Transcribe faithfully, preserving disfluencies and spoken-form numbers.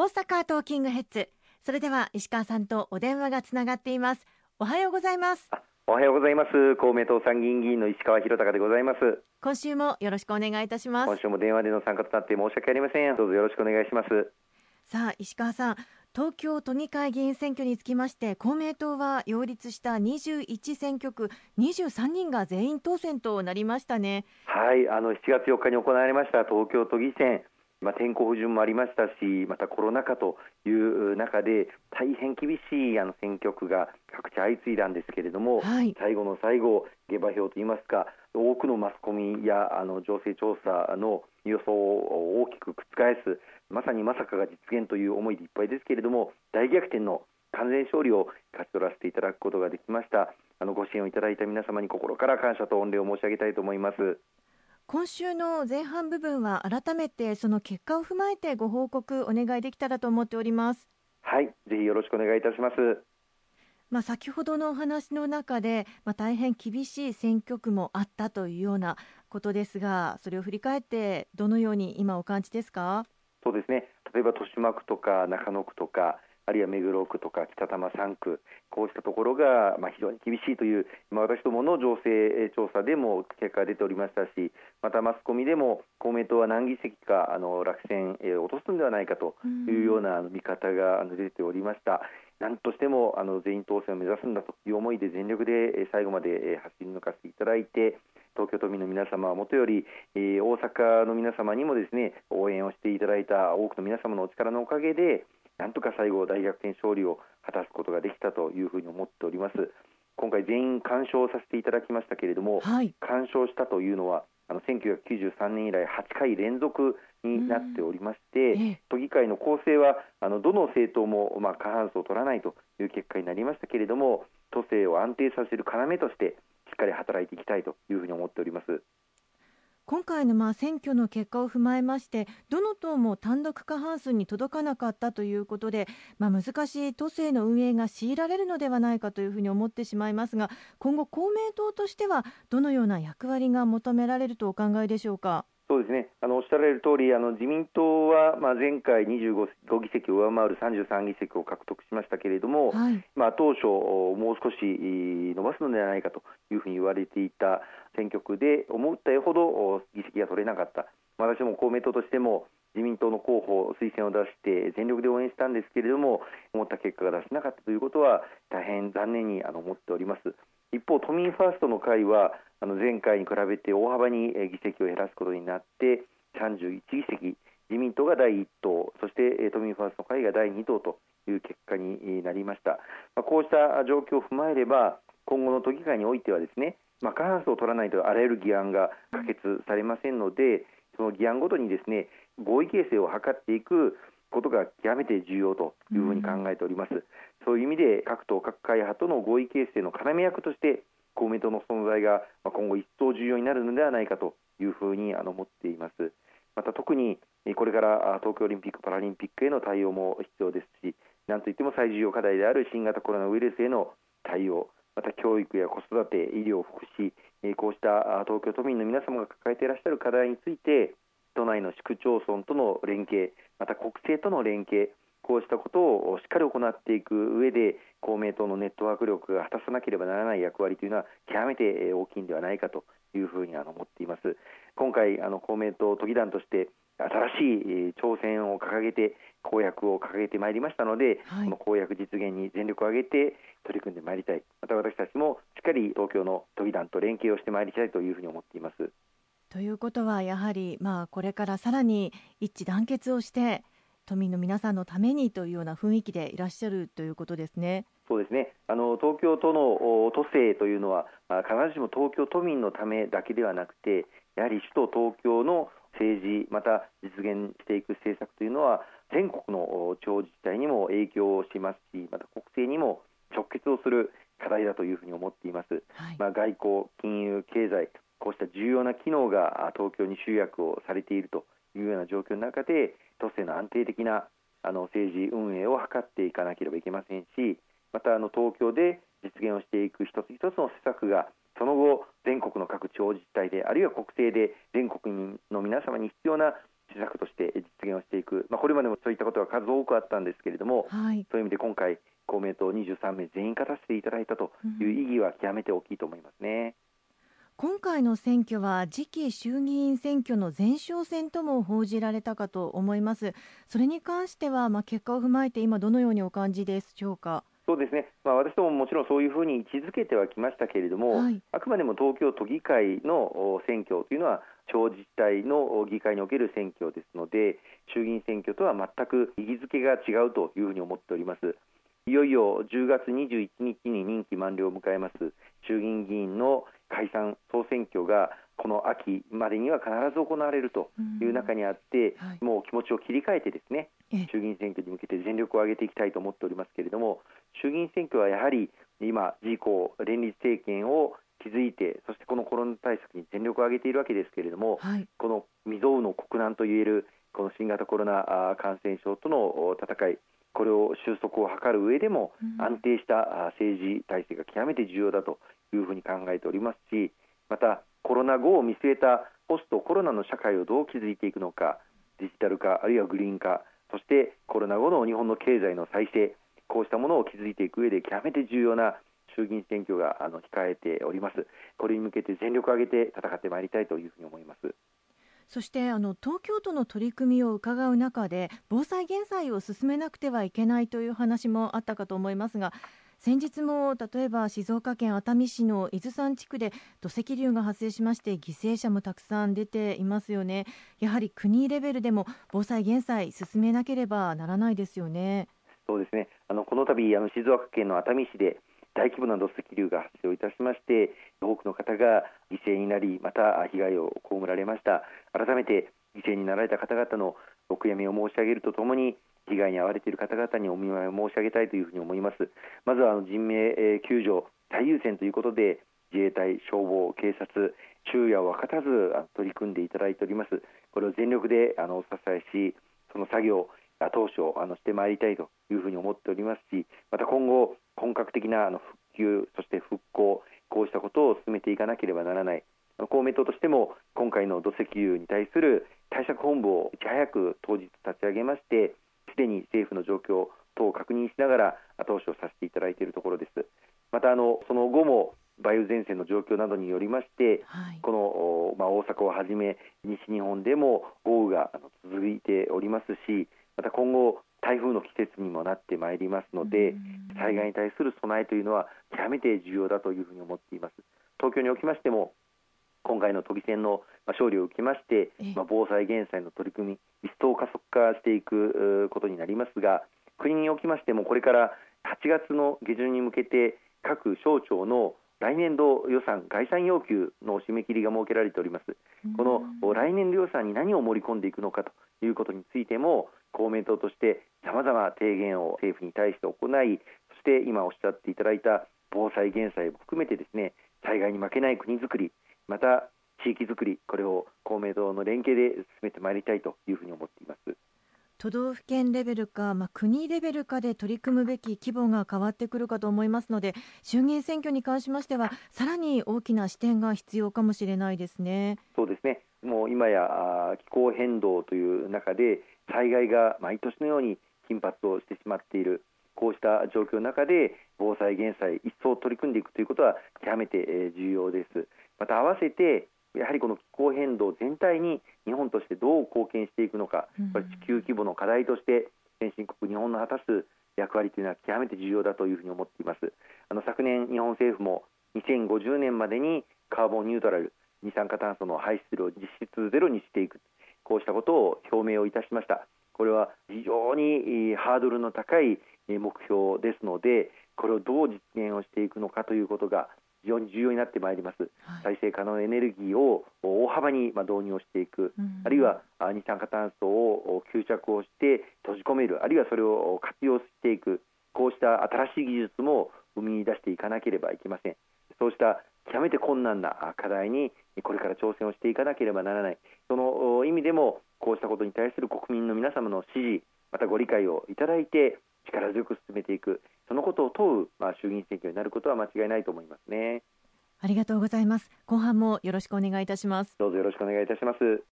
大阪トーキングヘッズ。それでは石川さんとお電話がつながっています。おはようございます。 おはようございます。公明党参議院議員の石川博隆でございます。 今週もよろしくお願いいたします。 今週も電話での参加となって申し訳ありません。どうぞよろしくお願いします。 さあ石川さん、東京都議会議員選挙につきまして公明党は擁立したにじゅういち選挙区にじゅうさんにんが全員当選となりましたね。 はい、あのしちがつよっかに行われました東京都議選、まあ、天候不順もありましたし、またコロナ禍という中で大変厳しいあの選挙区が各地相次いだんですけれども、 はい、 最後の最後下馬評といいますか、多くのマスコミやあの情勢調査の予想を大きく覆す、まさにまさかが実現という思いでいっぱいですけれども、大逆転の完全勝利を勝ち取らせていただくことができました。あのご支援をいただいた皆様に心から感謝と御礼を申し上げたいと思います。 今週の前半部分は改めてその結果を踏まえてご報告お願いできたらと思っております。 はい、ぜひよろしくお願いいたします。 まあ、先ほどのお話の中で、まあ、大変厳しい選挙区もあったというようなことですが、それを振り返ってどのように今お感じですか？ そうですね、例えば豊島区とか中野区とか、あるいは目黒区とか北多摩さん区、こうしたところがまあ非常に厳しいという、今私どもの情勢調査でも結果が出ておりましたし、またマスコミでも公明党は何議席かあの落選、えー、落とすのではないかというような見方が出ておりました。何としてもあの全員当選を目指すんだという思いで全力で最後まで走り抜かせていただいて、東京都民の皆様はもとより、えー、大阪の皆様にもですね、応援をしていただいた多くの皆様のお力のおかげで、なんとか最後大逆転勝利を果たすことができたというふうに思っております。今回全員鑑賞させていただきましたけれども、 はい、 鑑賞したというのはあのせんきゅうひゃくきゅうじゅうさんねん以来はちかい連続になっておりまして、ええ、都議会の構成はあのどの政党も、まあ、過半数を取らないという結果になりましたけれども、都政を安定させる要としてしっかり働いていきたいというふうに思っております。 今回のまあ選挙の結果を踏まえまして、どの党も単独過半数に届かなかったということで、まあ、難しい都政の運営が強いられるのではないかというふうに思ってしまいますが、今後公明党としてはどのような役割が求められるとお考えでしょうか？ そうですね、あのおっしゃられる通り、あの自民党は、まあ、前回にじゅうご議席を上回るさんじゅうさん議席を獲得しましたけれども、はい、まあ、当初もう少し伸ばすのではないかというふうに言われていた選挙区で思ったよほど議席が取れなかった。私も公明党としても自民党の候補推薦を出して全力で応援したんですけれども、思った結果が出せなかったということは大変残念にあの思っております。一方、都民ファーストの会はあの前回に比べて大幅に議席を減らすことになってさんじゅういち議席、自民党がだいいっ党、そして都民ファーストの会がだいに党という結果になりました。まあ、こうした状況を踏まえれば今後の都議会においてはですね、まあ、過半数を取らないとあらゆる議案が可決されませんので、その議案ごとにですね、合意形成を図っていくことが極めて重要というふうに考えております。うん、そういう意味で各党各会派との合意形成の要役として公明党の存在が今後一層重要になるのではないかというふうに思っています。また特にこれから東京オリンピック・パラリンピックへの対応も必要ですし、なんといっても最重要課題である新型コロナウイルスへの対応、また教育や子育て、医療、福祉、こうした東京都民の皆様が抱えていらっしゃる課題について都内の市区町村との連携、また国政との連携、こうしたことをしっかり行っていく上で公明党のネットワーク力が果たさなければならない役割というのは極めて大きいんではないかというふうに思っています。今回あの公明党都議団として新しい挑戦を掲げて公約を掲げてまいりましたので、はい、この公約実現に全力を挙げて取り組んでまいりたい。また私たちもしっかり東京の都議団と連携をしてまいりたいというふうに思っています。 ということはやはり、まあ、これからさらに一致団結をして都民の皆さんのためにというような雰囲気でいらっしゃるということですね。 そうですね、あの東京都の都政というのは必ずしも東京都民のためだけではなくて、やはり首都東京の政治、また実現していく政策というのは全国の地方自治体にも影響をしますし、また国政にも直結をする課題だというふうに思っています。はい、まあ、外交、金融、経済、こうした重要な機能が東京に集約をされているというような状況の中で、都政の安定的なあの政治運営を図っていかなければいけませんし、またあの東京で実現をしていく一つ一つの施策がその後全国の各地方自治体で、あるいは国政で全国の皆様に必要な施策として実現をしていく、まあ、これまでもそういったことが数多くあったんですけれども、 はい、 そういう意味で今回公明党にじゅうさんめい全員勝たせていただいたという意義は極めて大きいと思いますね。 うん、今回の選挙は次期衆議院選挙の前哨戦とも報じられたかと思います。それに関しては、まあ、結果を踏まえて今どのようにお感じでしょうか。 そうですね、まあ、私どもももちろんそういうふうに位置づけてはきましたけれども、 はい、 あくまでも東京都議会の選挙というのは地方自治体の議会における選挙ですので、衆議院選挙とは全く意義づけが違うというふうに思っております。いよいよじゅうがつにじゅういちにちに任期満了を迎えます衆議院議員の解散総選挙がこの秋までには必ず行われるという中にあって、 はい、 もう気持ちを切り替えてですね、衆議院選挙に向けて全力を挙げていきたいと思っておりますけれども、衆議院選挙はやはり今自公連立政権を築いて、そしてこのコロナ対策に全力を挙げているわけですけれども、はい、この未曾有の国難といえるこの新型コロナ感染症との戦い、これを収束を図る上でも安定した政治体制が極めて重要だというふうに考えておりますし、またコロナ後を見据えたポストコロナの社会をどう築いていくのか、デジタル化あるいはグリーン化、そしてコロナ後の日本の経済の再生、こうしたものを築いていく上で極めて重要な衆議院選挙があの控えております。これに向けて全力を挙げて戦ってまいりたいというふうに思います。 そしてあの東京都の取り組みを伺う中で防災減災を進めなくてはいけないという話もあったかと思いますが、先日も例えば静岡県熱海市の伊豆山地区で土石流が発生しまして犠牲者もたくさん出ていますよね。やはり国レベルでも防災減災進めなければならないですよね。 そうですね、あのこの度あの静岡県の熱海市で大規模な土石流が発生いたしまして、多くの方が犠牲になり、また被害を被られました。改めて犠牲になられた方々のお悔やみを申し上げるとともに、被害に遭われている方々にお見舞いを申し上げたいというふうに思います。まずはあの人命救助最優先ということで、自衛隊、消防、警察、昼夜を分かたず取り組んでいただいております。これを全力であのお支えし、その作業当初あのしてまいりたいというふうに思っておりますし、また今後本格的なあの復旧、そして復興、こうしたことを進めていかなければならない。公明党としても今回の土石流に対する対策本部をいち早く当日立ち上げまして、すでに政府の状況等を確認しながら後押しをさせていただいているところです。またあのその後も梅雨前線の状況などによりまして、はい、この、まあ、大阪をはじめ西日本でも豪雨が続いておりますし、また今後台風の季節にもなってまいりますので、災害に対する備えというのは極めて重要だというふうに思っています。東京におきましても今回の都議選の勝利を受けまして、まあ、防災減災の取り組み一層加速化していくことになりますが、国におきましてもこれからはちがつの下旬に向けて各省庁の来年度予算概算要求の締め切りが設けられております。この来年度予算に何を盛り込んでいくのかということについても公明党としてさまざま提言を政府に対して行い、そして今おっしゃっていただいた防災減災を含めてですね、災害に負けない国づくり、また地域づくり、これを公明党の連携で進めてまいりたいというふうに思っています。 都道府県レベルか、まあ、国レベルかで取り組むべき規模が変わってくるかと思いますので、衆議院選挙に関しましてはさらに大きな視点が必要かもしれないですね。 そうですね、もう今や気候変動という中で災害が毎年のように頻発をしてしまっている、こうした状況の中で防災減災一層取り組んでいくということは極めて重要です。また合わせてやはりこの気候変動全体に日本としてどう貢献していくのか、これ地球規模の課題として先進国日本の果たす役割というのは極めて重要だというふうに思っています。あの昨年日本政府もにせんごじゅうねんまでにカーボンニュートラル、二酸化炭素の排出量を実質ゼロにしていく、こうしたことを表明をいたしました。これは非常にハードルの高い目標ですので、これをどう実現をしていくのかということが非常に重要になってまいります。はい、再生可能エネルギーを大幅に導入をしていく、うん、あるいは二酸化炭素を吸着をして閉じ込める、あるいはそれを活用していく、こうした新しい技術も生み出していかなければいけません。そうした極めて困難な課題にこれから挑戦をしていかなければならない。その意味でもこうしたことに対する国民の皆様の支持、またご理解をいただいて力強く進めていく、そのことを問う、まあ、衆議院選挙になることは間違いないと思いますね。 ありがとうございます。後半もよろしくお願いいたします。 どうぞよろしくお願いいたします。